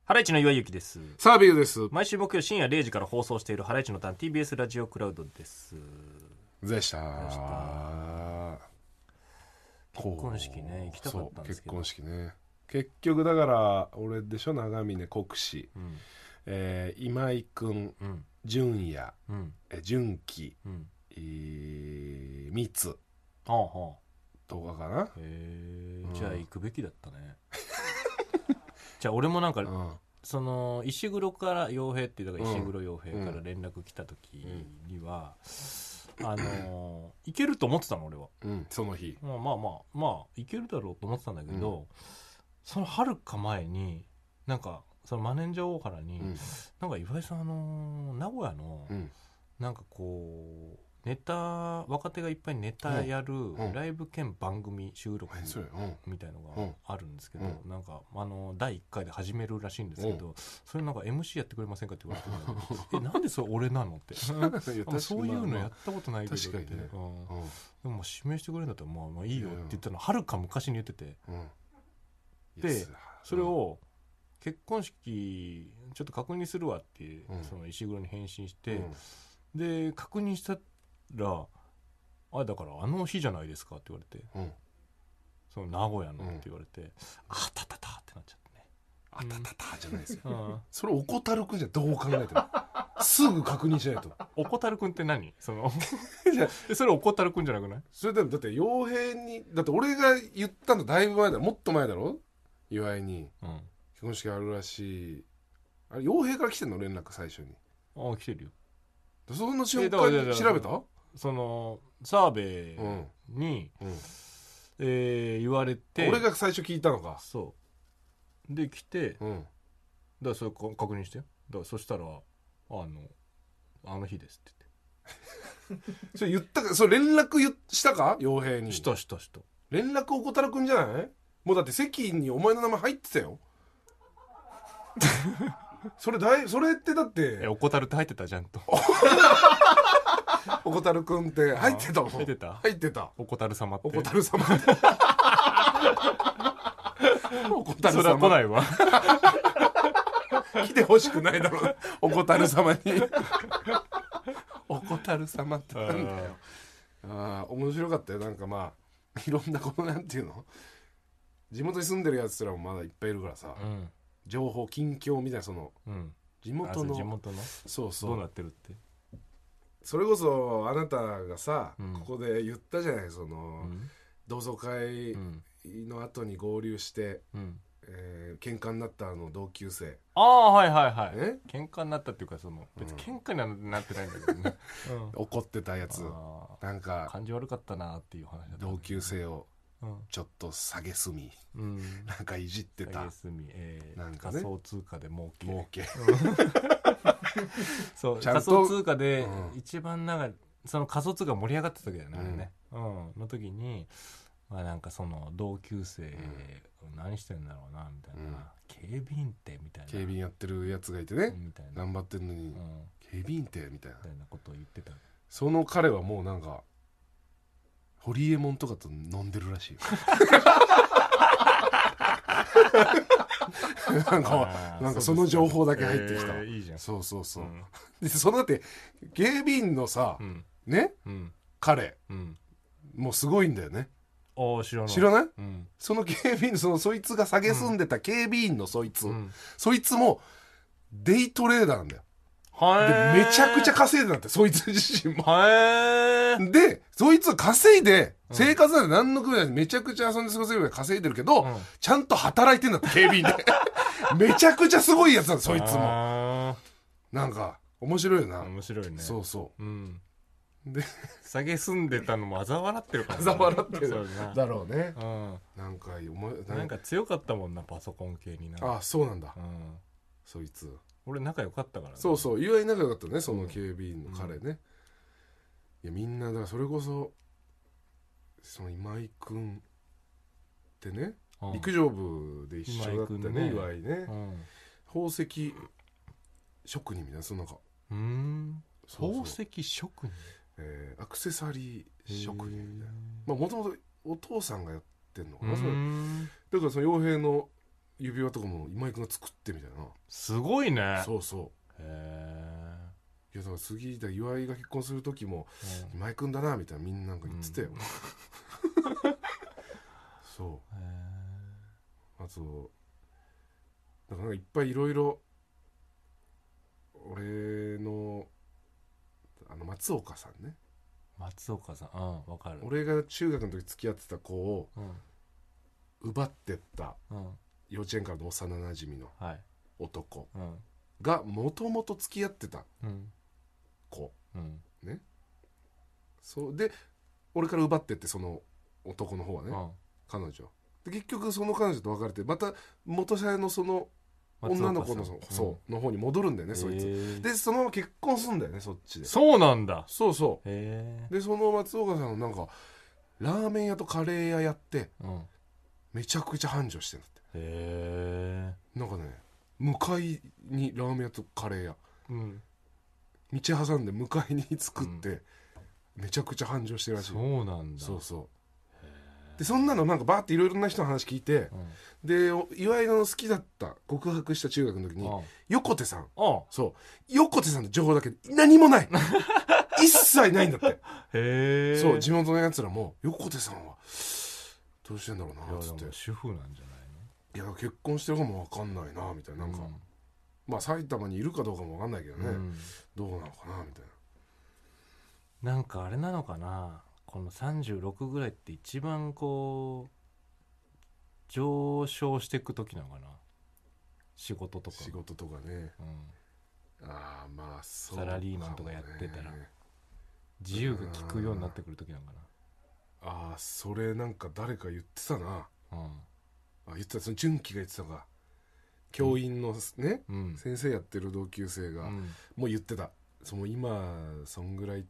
ハライチの岩井ゆきです。 サービューです。 毎週木曜深夜0時から放送しているハライチのターン TBS ラジオクラウドです。 でした。 結婚式ね行きたかったんですけど。 結婚式ね。結局だから俺でしょ、長峰国士、今井くん、純也、純喜、三つとかかな。 じゃあ行くべきだったね。じゃあ俺もなんか、その石黒から傭兵っていうだから石黒傭兵から連絡来た時には、行けると思ってたの俺は、 その日まあ行けるだろうと思ってたんだけど、その遥か前になんかそのマネージャー大原に、なんか岩井さん名古屋の、なんかこうネタ若手がいっぱいネタやるライブ兼番組収録みたいのがあるんですけど、なんか第1回で始めるらしいんですけど、それなんか MC やってくれませんかって言われてなんでそれ俺なのってそういうのやったことないけどって、でも指名してくれるんだったらまあいいよって言ったのはるか昔に言ってて、でそれを結婚式ちょっと確認するわってその石黒に返信して、で確認したらあれだからあの日じゃないですかって言われて、その名古屋のって言われて、あたたたってなっちゃってね。 あたたたじゃないですよ、それ怠るくんじゃどう考えてもすぐ確認しないと。 怠るくんって何そのそれ怠るくんじゃなくない？ それでもだって傭兵にだって俺が言ったのだいぶ前だろ、もっと前だろ、岩井に、結婚式あるらしい。あれ傭兵から来てんの連絡最初に。 ああ来てるよ。 その瞬間に調べた？ その澤部に、言われて俺が最初聞いたのか。 そうで来て、だからそれ確認してよ。だからそしたらあの日ですって言ってそれ言ったか、それ連絡したか傭兵に。 した連絡怠るくんじゃない？もうだって席にお前の名前入ってたよそれってだって怠るって入ってたじゃんと怠るくんって入ってたもん。 入ってた怠る様って怠る様それは来ないわ来てほしくないだろう怠る様に怠る様ってなんだよ。面白かったよ。なんかまあいろんなこのなんていうの、地元に住んでるやつらもまだいっぱいいるからさ、情報近況みたいな、その、地元のそうどうなってるって。 それこそあなたがさ、ここで言ったじゃない、その、同窓会の後に合流して、喧嘩になった同級生。 はい喧嘩になったっていうか、その別に喧嘩にはなってないんだけどね、 怒ってたやつ、なんか感じ悪かったなっていう話だった、 同級生をちょっと下げすみ、なんかいじってた。 なんかね、仮想通貨で儲けそう仮想通貨で一番なんかその仮想通貨盛り上がってたわけだよね、あれね、の時に、まあなんかその同級生何してんだろうなみたいな、警備員ってみたいな、 警備員やってるやつがいてね、頑張ってんのに、警備員ってみたいなことを言ってた。 その彼はもうなんかホリエモンとかと飲んでるらしいよなんかその情報だけ入ってきた。 いいじゃん。 そう、でそのだって警備員のさ、ね、彼、もうすごいんだよね。知らない？その警備員のそいつが蔑んでた警備員のそいつもデイトレーダーなんだよ。でめちゃくちゃ稼いでたって、そいつ自身も。でそいつは稼いで生活なんで何の苦労ない、めちゃくちゃ遊んで過ごせるぐらい稼いでるけど、ちゃんと働いてんだって、警備員でめちゃくちゃすごいやつなんだそいつも。なんか面白いよな。 面白いね。 そう、で蔑んでたのも嘲笑ってるから、 嘲笑ってるだろうね。 なんか強かったもんな、パソコン系にな。 そうなんだ、そいつ。 俺仲良かったからね。 そう岩井仲良かったね、その警備員の彼ね。いやみんなだからそれこそその今井くんってね、陸上部で一緒だったね、岩井ね、宝石職人みたいな、そのなんか宝石職人、 アクセサリー職人みたいな。もともとお父さんがやってんのかな、それだからその傭兵の指輪とかも今井君が作ってみたいな。 すごいね。 そうそう。 へえ。 いやだから次だ岩井が結婚する時も、今井君だなみたいなみんななんか言ってたよ、そう。あとだからいっぱいいろいろ俺の松岡さんね。 松岡さん、わかる。 俺が中学の時付き合ってた子を奪ってった幼稚園からの幼なじみの男がもともと付き合ってた子、ね。そうで俺から奪ってってその男の方はね、彼女で結局その彼女と別れてまた元社のその女の子のそうの方に戻るんだよね、そいつでそのまま結婚するんだよね、そっちで。 そうなんだ。 そうそう。でその松岡さんのなんかラーメン屋とカレー屋やって、めちゃくちゃ繁盛してんだって。なんかね向かいにラーメン屋とカレー屋、道挟んで向かいに作って、めちゃくちゃ繁盛してるらしい。 そうなんだ。 そうそう。でそんなのなんかバーっていろいろな人の話聞いて、で岩井の好きだった告白した中学の時に横手さん、そう横手さんの情報だけ何もない一切ないんだって。へえ。そう地元のやつらも横手さんはどうしてんだろうなっつって。 主婦なんじゃないの。 いや結婚してるかも分かんないなみたいな、なんか、まあ埼玉にいるかどうかも分かんないけどね、どうなのかなみたいな。なんかあれなのかな、この36ぐらいって一番こう上昇していく時なのかな、仕事とか。 仕事とかね、ああまあそう、 サラリーマンとかやってたら自由が利くようになってくる時なのかな。 ああそれなんか誰か言ってたな、言ってた、その純喜が言ってたか、教員のね、先生やってる同級生がもう言ってた、その今そんぐらいって、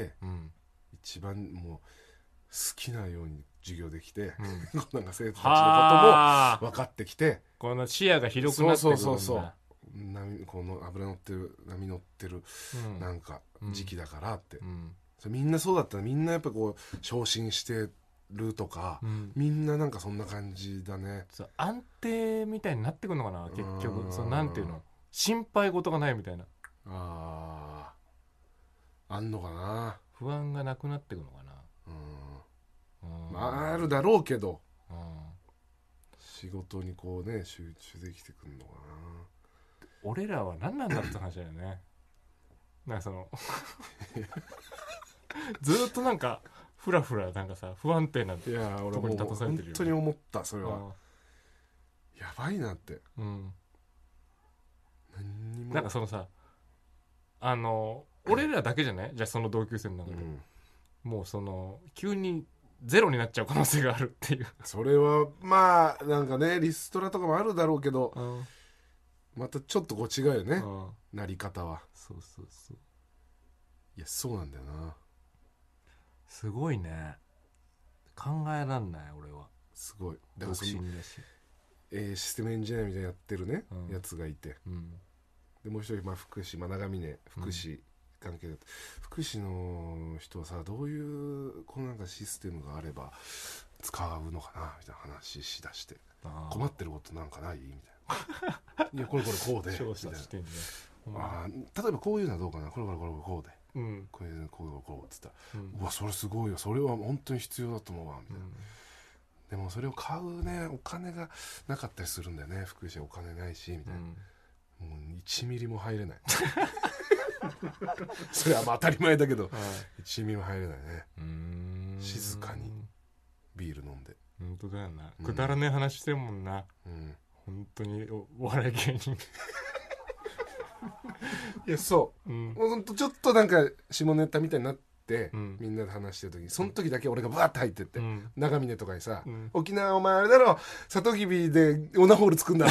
一番もう好きなように授業できて、なんか生徒たちのことも分かってきて、 この視野が広くなってくるんだ。 そうこの脂乗ってる波乗ってる、なんか時期だからって、みんなそうだったら、みんなやっぱこう昇進してるとか、みんななんかそんな感じだね。 安定みたいになってくるのかな結局。そのなんていうの、心配事がないみたいな。 あんのかな。 不安がなくなってくるのかな。 まああるだろうけど、仕事にこうね集中できてくるのかな。 俺らは何なんだって話だよね。なんかそのずっとなんかフラフラなんかさ不安定なところに立たされてるよね。 本当に思った、それは。やばいなって。何にもなんかそのさ、俺らだけじゃない、じゃあその同級生の中で、もうその急にゼロになっちゃう可能性があるっていう。 それはまあなんかねリストラとかもあるだろうけど、またちょっとこう違うよね、なり方は。 そうそうそう。 いやそうなんだよな。 すごいね、考えらんない俺は。 すごい。 だからそのシステムエンジニアみたいなやってるね、やつがいて、でもう一人福祉、長峰福祉関係だった、福祉の人はさ、どういうこのなんかシステムがあれば使うのかなみたいな話しだして、困ってることなんかないみたいな。いやこれこうでみたいな、例えばこういうのはどうかな、これこうで、こういうこうっつったら、うわそれすごいよ、それは本当に必要だと思うわみたいな。でもそれを買うねお金がなかったりするんだよね、福祉はお金ないしみたいな、もう1ミリも入れないそれはまあ当たり前だけど、1ミリも入れないね。静かにビール飲んで。 本当だよな、くだらねえ話してるもんな、本当にお笑い芸人いやそう、ほんとちょっとなんか下ネタみたいになって、みんなで話してる時にその時だけ俺がバーッて入ってって、長峰とかにさ、沖縄お前あれだろ、サトウキビでオナホール作んだろ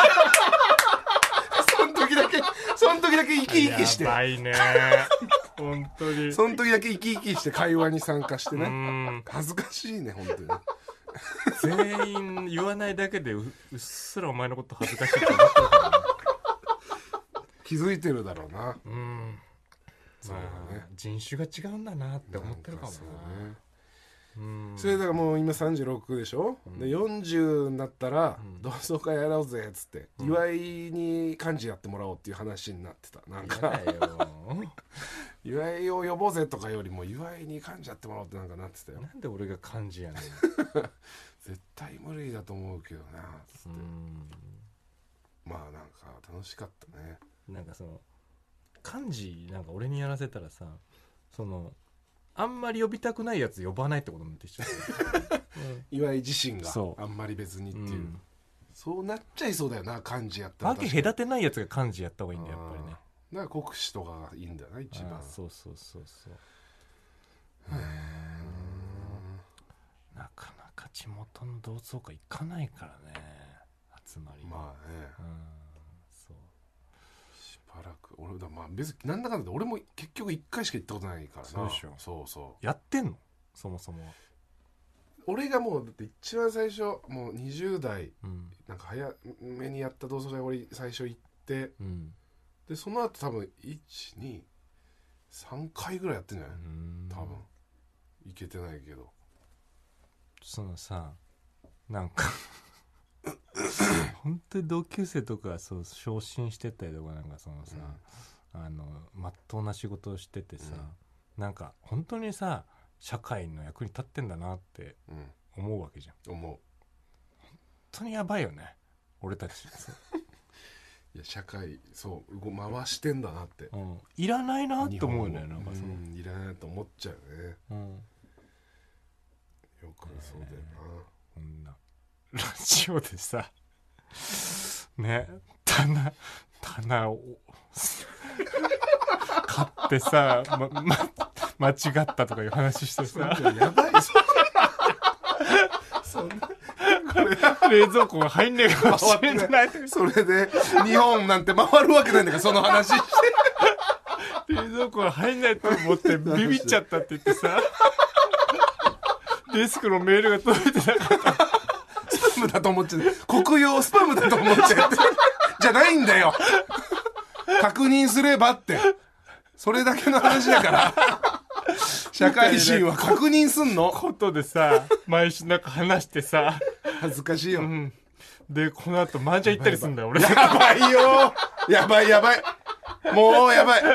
その時だけ生き生きして、 やばいね本当にその時だけ生き生きして会話に参加してね、恥ずかしいね本当に全員言わないだけで うっすらお前のこと恥ずかしいって思ってるからね気づいてるだろうな。 そうだね、人種が違うんだなって思ってるかもな。 それだからもう今36でしょ、で40になったら同窓会やろうぜっつって、岩井に幹事やってもらおうっていう話になってた。なんか岩井を呼ぼうぜとかよりも岩井に幹事やってもらおうってなんかなってたよ。 なんで俺が幹事やねん絶対無理だと思うけどなつって。まあなんか楽しかったね。 なんかその幹事なんか俺にやらせたらさ、そのあんまり呼びたくないやつ呼ばないってことになってきちゃう岩井自身があんまり別にっていう、そうなっちゃいそうだよな幹事やったら。 わけ隔てないやつが幹事やった方がいいんだよやっぱりね。 だから国士とかがいいんだよな一番。 そうなかなか地元の同窓会行かないからね、集まり。 まあね、 そうしばらく俺だ、まあ別になんだかんだで俺も結局1回しか行ったことないからな。 そうでしょ。 そうやってんのそもそもは。 俺がもうだって一番最初もう20代、なんか早めにやった同窓会俺最初行って、でその後多分123回ぐらいやってんじゃない。多分行けてないけど、 そのさなんか本当に同級生とかそう昇進してたりとかなんかそのさ、まっとうな仕事をしててさ、なんか本当にさ社会の役に立ってんだなって思うわけじゃん。 思う。 本当にやばいよね俺たちいや社会そう回してんだなって、 いらないなって思うよね。なんかそのいらないと思っちゃうよね、よくそうだよな。 こんなラジオでさね棚を買ってさ、間違ったとかいう話してさやばいそんなこれ冷蔵庫が入んねえかもしれないそれで日本なんて回るわけないんだからその話して冷蔵庫が入んないと思ってビビっちゃったって言ってさデスクのメールが届いてなかった。 スパムだと思っちゃう。国用スパムだと思っちゃってじゃないんだよ。確認すればってそれだけの話だから社会人は確認すんのことでさ毎週なんか話してさ恥ずかしいよ、 でこの後麻雀行ったりするんだよ俺。 やばいよやばいもうやばい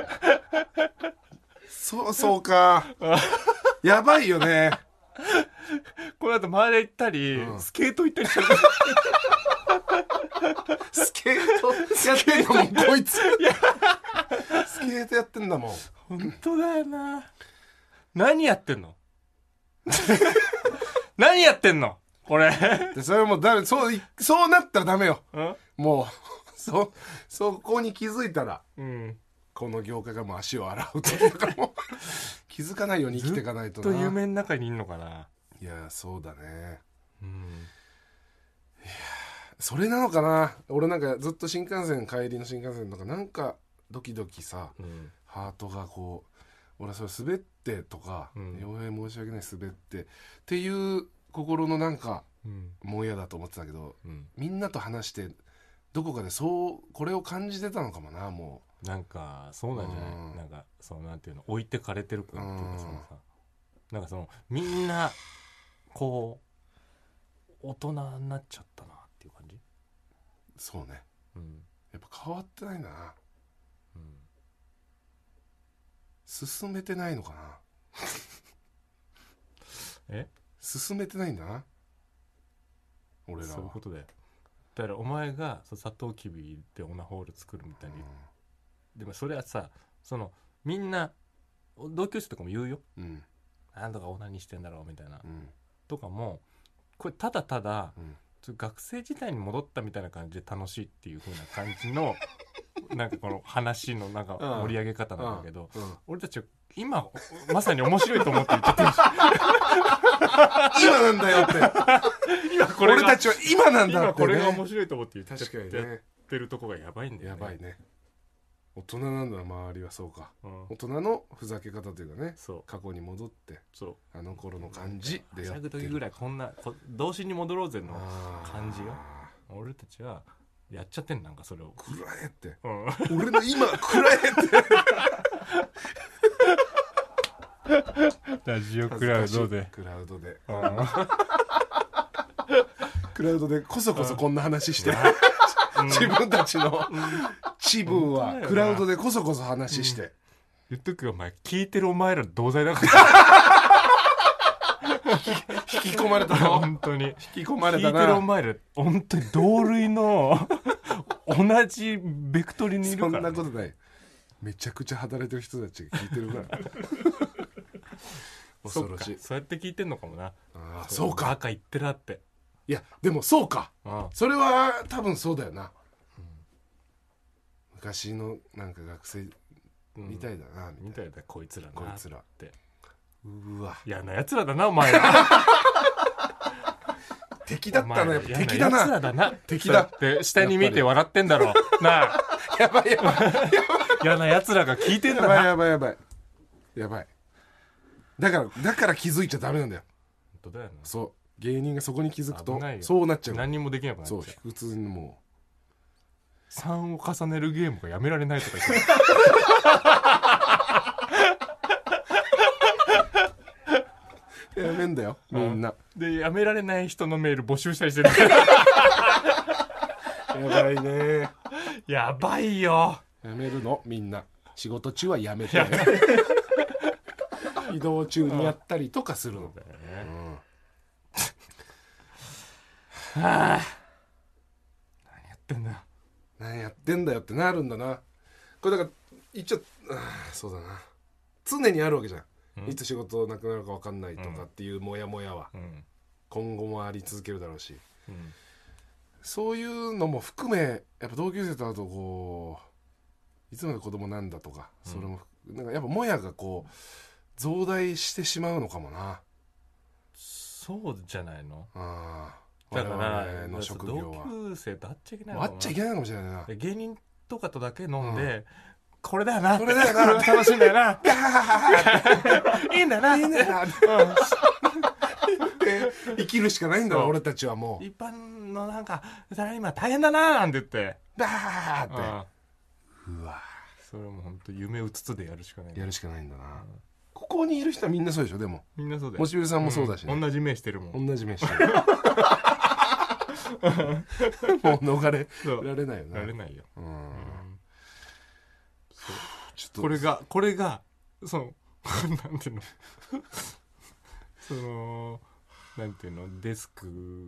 そうかやばいよね。 この後麻雀行ったり、スケート行ったりしてるスケートやってんだもんこいつスケートやってんだもん。 本当だよな。何やってんの何やってんのこれでそれもそうなったらダメよ。もうそこに気づいたら、この業界がもう足を洗うというかもう気づかないように生きていかないとな。 ずっと夢の中にいんのかな。 いやそうだね、いやそれなのかな。俺なんかずっと帰りの新幹線とかなんかドキドキさ、ハートがこう俺はそれ滑ってとか、傭兵申し訳ない滑ってっていう心のなんか、もんやだと思ってたけど、みんなと話してどこかでこれを感じてたのかもな。もうなんかそうなんじゃない、なんかそうなんていうの置いてかれてる子っていうか、そのさなんかそのみんなこう大人になっちゃったなっていう感じ。 そうね、やっぱ変わってないんだな、進めてないのかな進めてないんだな俺らは。 そういうことだよ。だからお前がサトウキビでオナホール作るみたいに、でもそれはさそのみんな同級生とかも言うよ、なんとかオナにしてんだろうみたいな、とかもこれただただ、学生時代に戻ったみたいな感じで楽しいっていう風な感じのなんかこの話のなんか盛り上げ方なんだけど、俺たちは今まさに面白いと思って言ってるし今なんだよって俺たちは今なんだって、ね、 今これが面白いと思って言って確かに、ね、 やってるとこがやばいんだよね。 やばいね。大人なんだ周りは。そうか、大人のふざけ方というかね、過去に戻ってあの頃の感じでやってる。 はしゃぐ時ぐらいこんな童心に戻ろうぜの感じよ。俺たちはやっちゃってんなんかそれをくらえって、俺の今くらえってラジオクラウドでクラウドでクラウドでこそこそこんな話して自分たちのチブはクラウドでこそこそ話して、 言っとくよお前、聞いてるお前ら同罪だから引き込まれたの本当に引き込まれたな。 聞いてるお前ら本当に同類の同じベクトルにいるから、ね、 そんなことない。めちゃくちゃ働いてる人たちが聞いてるから恐ろしい。 そうやって聞いてんのかもな。 ああそうか、 バカ言ってらって。 いやでもそうか、それは多分そうだよな、昔のなんか学生みたいだな、 みたいだこいつらなこいつらって。うわ嫌なやつらだなお前ら敵だったな、やっぱ敵だな、敵だって下に見て笑ってんだろなあやばい嫌なやつらが聞いてんだな。 やばいだから気づいちゃダメなんだよ。 本当だよな。 そう芸人がそこに気づくとそうなっちゃう。 何もできなくなっちゃう。 そう普通にもう3を重ねるゲームがやめられないとか言ってやめんだよみんなで、やめられない人のメール募集したりしてるやばいねやばいよ。 やめるのみんな。仕事中はやめて移動中にやったりとかするのだよね、 はあ、何やってんだよってなるんだな。これだから一応そうだな、常にあるわけじゃん、いつ仕事なくなるか分かんないとかっていうモヤモヤは、今後もあり続けるだろうし、そういうのも含めやっぱ同級生と会うとこういつまで子供なんだとか、それもなんかやっぱモヤがこう増大してしまうのかもな。 そうじゃないの。 だからの職業は同級生と会っちゃいけない会っちゃいけないかもしれないな。 芸人とかとだけ飲んで、これだよな楽しいんだよないいんだよな生きるしかないんだろ俺たちは。もう一般のなんか今大変だななんて言ってバーってうわそれも本当夢うつつでやるしかない。 やるしかないんだな。ここにいる人はみんなそうでしょ。でもみんなそうだよ。 もちびるさんもそうだしね、 同じ目してるもん。 同じ目してるもう逃れられないよな。 られないよ。 ちょっとこれがそのなんていうのそのなんていうのデスク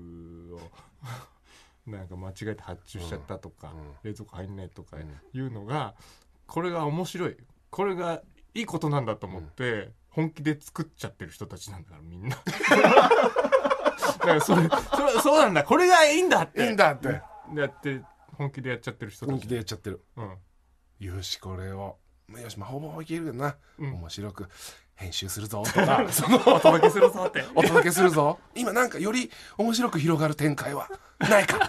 をなんか間違えて発注しちゃったとか、冷蔵庫入んないとかいうのが、これが面白い、これがいいことなんだと思って本気で作っちゃってる人たちなんだからみんなだからそうなんだ、これがいいんだってやって本気でやっちゃってる人たち。 本気でやっちゃってる、よしこれをよしほぼいけるけどな、面白く編集するぞとかお届けするぞってお届けするぞ今なんかより面白く広がる展開はないか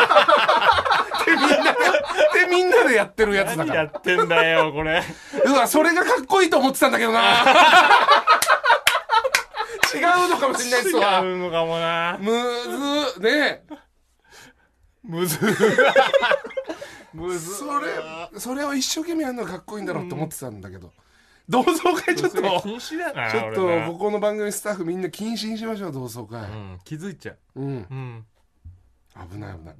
でみんなでやってるやつだから。 何やってんだよこれうわそれがかっこいいと思ってたんだけどな違うのかもしれないっすわ。 違うのかもな。 むずねむずそれを一生懸命やるのがかっこいいんだろうって思ってたんだけど、同窓会ちょっと禁止だな。 ちょっとここの番組スタッフみんな禁止にしましょう同窓会、 気づいちゃう。 危ないつって、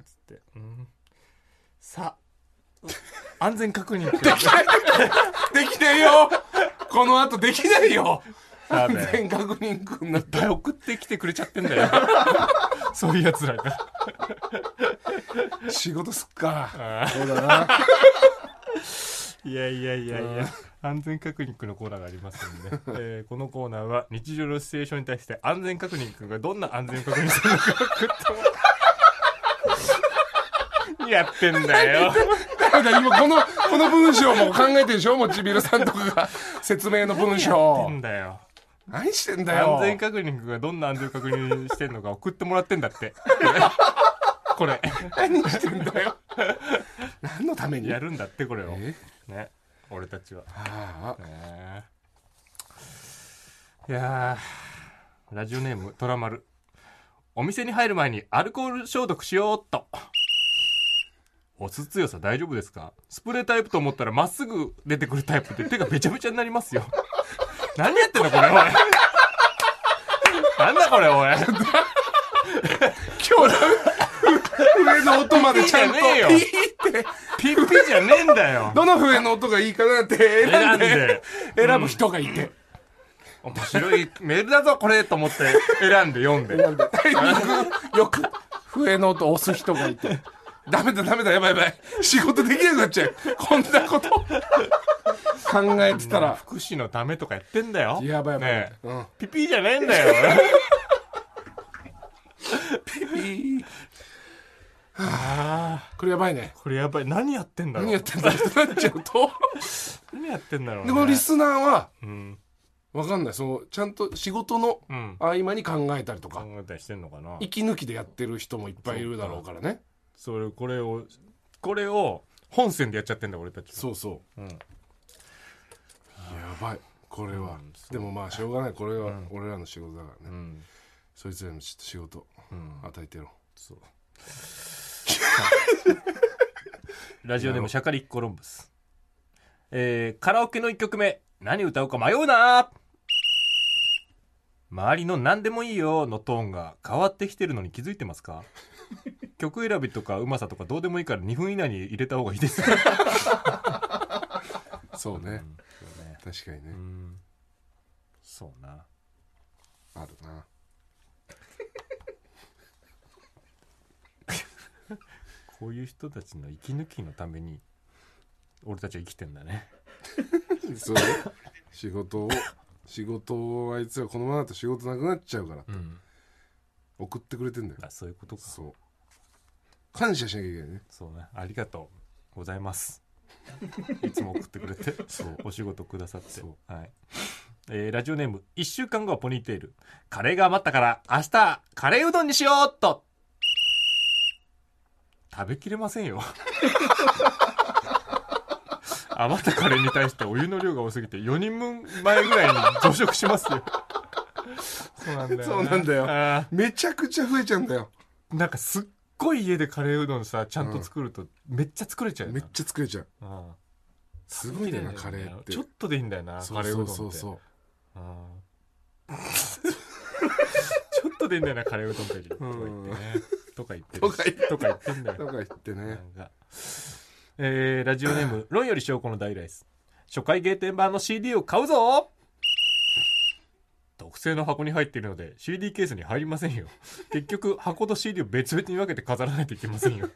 さあ安全確認できないよこの後できないよ安全確認くんなったら送ってきてくれちゃってんだよそういうやつらが仕事すっか。そうだな。 いや安全確認のコーナーがありますので、このコーナーは日常のシチュエーションに対して安全確認がどんな安全確認するのか送ってもやってんだよだから今この文章も考えてるでしょ。もちびるさんとかが説明の文章やってんだよ。 何してんだよ。 安全確認がどんな安全確認してんのか送ってもらってんだってこれ何してんだよ何のためにやるんだってこれを、ね、俺たちは。いやラジオネームトラマル。お店に入る前にアルコール消毒しようっと。お酢強さ大丈夫ですか？スプレータイプと思ったらまっすぐ出てくるタイプで手がべちゃべちゃになりますよ何やってんのこれおいなんだこれおい今日笛の音までちゃんとピッピじゃねえんだよ。 どの笛の音がいいかなって選ぶ人がいて、 面白いメールだぞこれと思って選んで読んでよく笛の音押す人がいて、ダメだやばい仕事できなくなっちゃう、こんなこと考えてたら。 福祉のためとかやってんだよ。 やばい、 ね、ピピじゃねえんだよピピこれやばいね。 これやばい。何やってんだろう。 何やってんだろうってなっちゃうと何やってんだろうね。 でこのリスナーは、分かんない、ちゃんと仕事の合間に考えたりとか、 考えたりしてんのかな。 息抜きでやってる人もいっぱいいるだろうからね。 これを本線でやっちゃってんだ俺たち。 そう、やばいこれは、でもまあしょうがない、これは俺らの仕事だからね、そいつらにちょっと仕事与えてろ。そうラジオネームシャカリッコロンブス。カラオケの1曲目何歌うか迷うな。周りの何でもいいよのトーンが変わってきてるのに気づいてますか？曲選びとかうまさとかどうでもいいから2分以内に入れた方がいいですそうね、確かにね、 そうな、 あるなこういう人たちの息抜きのために俺たちは生きてんだねそう仕事をあいつらこのままだと仕事なくなっちゃうから、送ってくれてんだよ。 あ、そういうことか。 そう、感謝しなきゃいけないね。 そうね、ありがとうございますいつも送ってくれてそうお仕事くださって。はい、ラジオネーム1週間後はポニーテール。カレーが余ったから明日カレーうどんにしようっと。食べきれませんよ余ったカレーに対してお湯の量が多すぎて4人分前ぐらいに増殖しますよそうなんだよめちゃくちゃ増えちゃうんだよ。 なんかすっごい家でカレーうどんさちゃんと作るとめっちゃ作れちゃうよな。 めっちゃ作れちゃう。すごいんだよなカレーって。 ちょっとでいいんだよな、カレーうどんって。そうちょっとでいいんだよなカレーうどんってとか言ってんだよ。 とか言ってね。 ラジオネーム論より証拠の大ライス。初回限定版の CD を買うぞ。特製の箱に入っているので CD ケースに入りませんよ。結局箱と CD を別々に分けて飾らないといけませんよ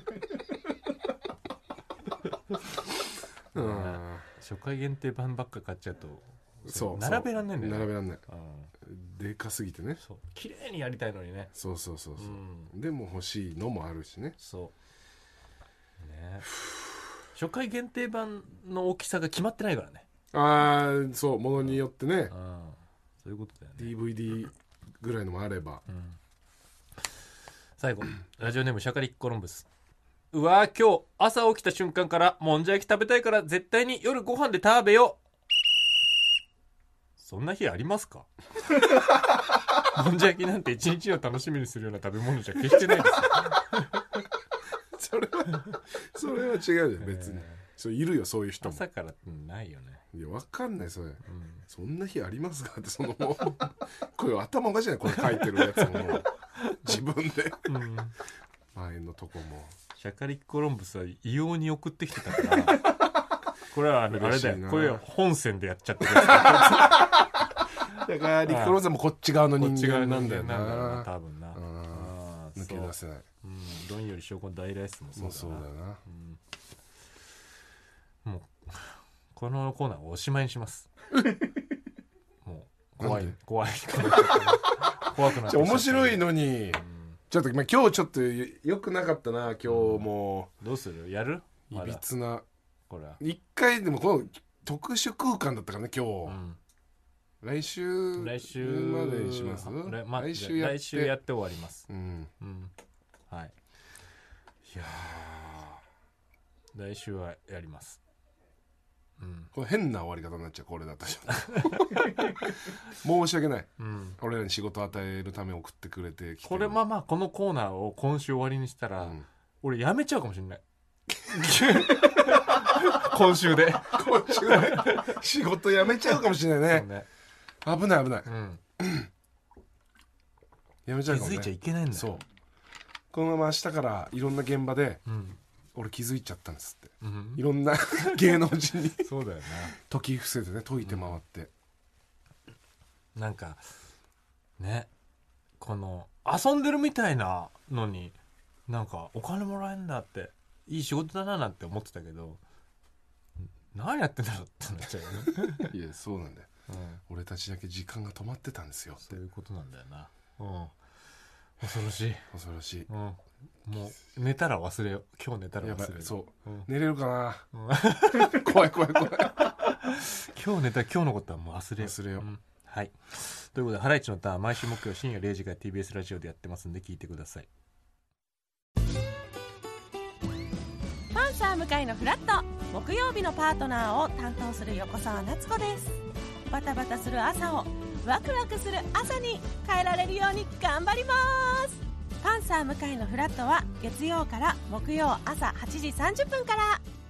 初回限定版ばっか買っちゃうとそう並べらんないんだよね。 並べらんない、でかすぎてね。 そう綺麗にやりたいのにね。 そう、でも欲しいのもあるしね。 そうね初回限定版の大きさが決まってないからね。 そう、ものによってね。 そういうことだよね。 DVD ぐらいのもあれば、 最後ラジオネームシャカリッコロンブス。うわー今日朝起きた瞬間からもんじゃ焼き食べたいから絶対に夜ご飯で食べよう。そんな日ありますかもんじゃ焼きなんて一日を楽しみにするような食べ物じゃ決してないですよそれは違うじゃん別に、そういるよそういう人も。 朝からないよね。 いや分かんないそれ、そんな日ありますかってそのもうこれ頭おかしいねこれ書いてるやつももう自分で、前のとこもシャカリッコロンブスは異様に送ってきてたからこれはあれだよ、これは本線でやっちゃってるやつだからリッコロンブスもこっち側の人間なんだよな多分な。 抜け出せない。 論より証拠の大ライスもそうだな。もうこのコーナーをおしまいにしますもう怖くなって面白いのに、ちょっと今日ちょっと良くなかったな今日も。 どうする？やる？ いびつなこれ一回でもこの特殊空間だったからね今日、来週までにします。 来週やって終わります。はい。いや来週はやります。 これ変な終わり方になっちゃうこれだったじゃん申し訳ない、俺らに仕事を与えるため送ってくれてきてこれこのコーナーを今週終わりにしたら、俺やめちゃうかもしれない今週で仕事辞めちゃうかもしれないね。危ない、 やめちゃうかもね。 気づいちゃいけないんだよ。 そうこのまま明日からいろんな現場で、俺気づいちゃったんですって、いろんな芸能人にそうだよね、 解き伏せてね、解いて回って、 なんかね、この遊んでるみたいなのになんかお金もらえるんだっていい仕事だななんて思ってたけど、何やってんだろうってなっちゃうよねいやそうなんだよ、俺たちだけ時間が止まってたんですよって。 そういうことなんだよな。恐ろしい、 恐ろしい、 もう寝たら忘れよう。今日寝たら忘れよう。 やばい、そう、寝れるかな、怖い怖い怖い今日寝たら今日のことはもう忘れよう、はい。ということで、ハライチのターン毎週木曜深夜0時から TBS ラジオでやってますんで聞いてください。 パンサー向井のフラット、木曜日のパートナーを担当する横澤夏子です。バタバタする朝をワクワクする朝に変えられるように頑張ります。パンサー向井のフラットは月曜から木曜朝8時30分から。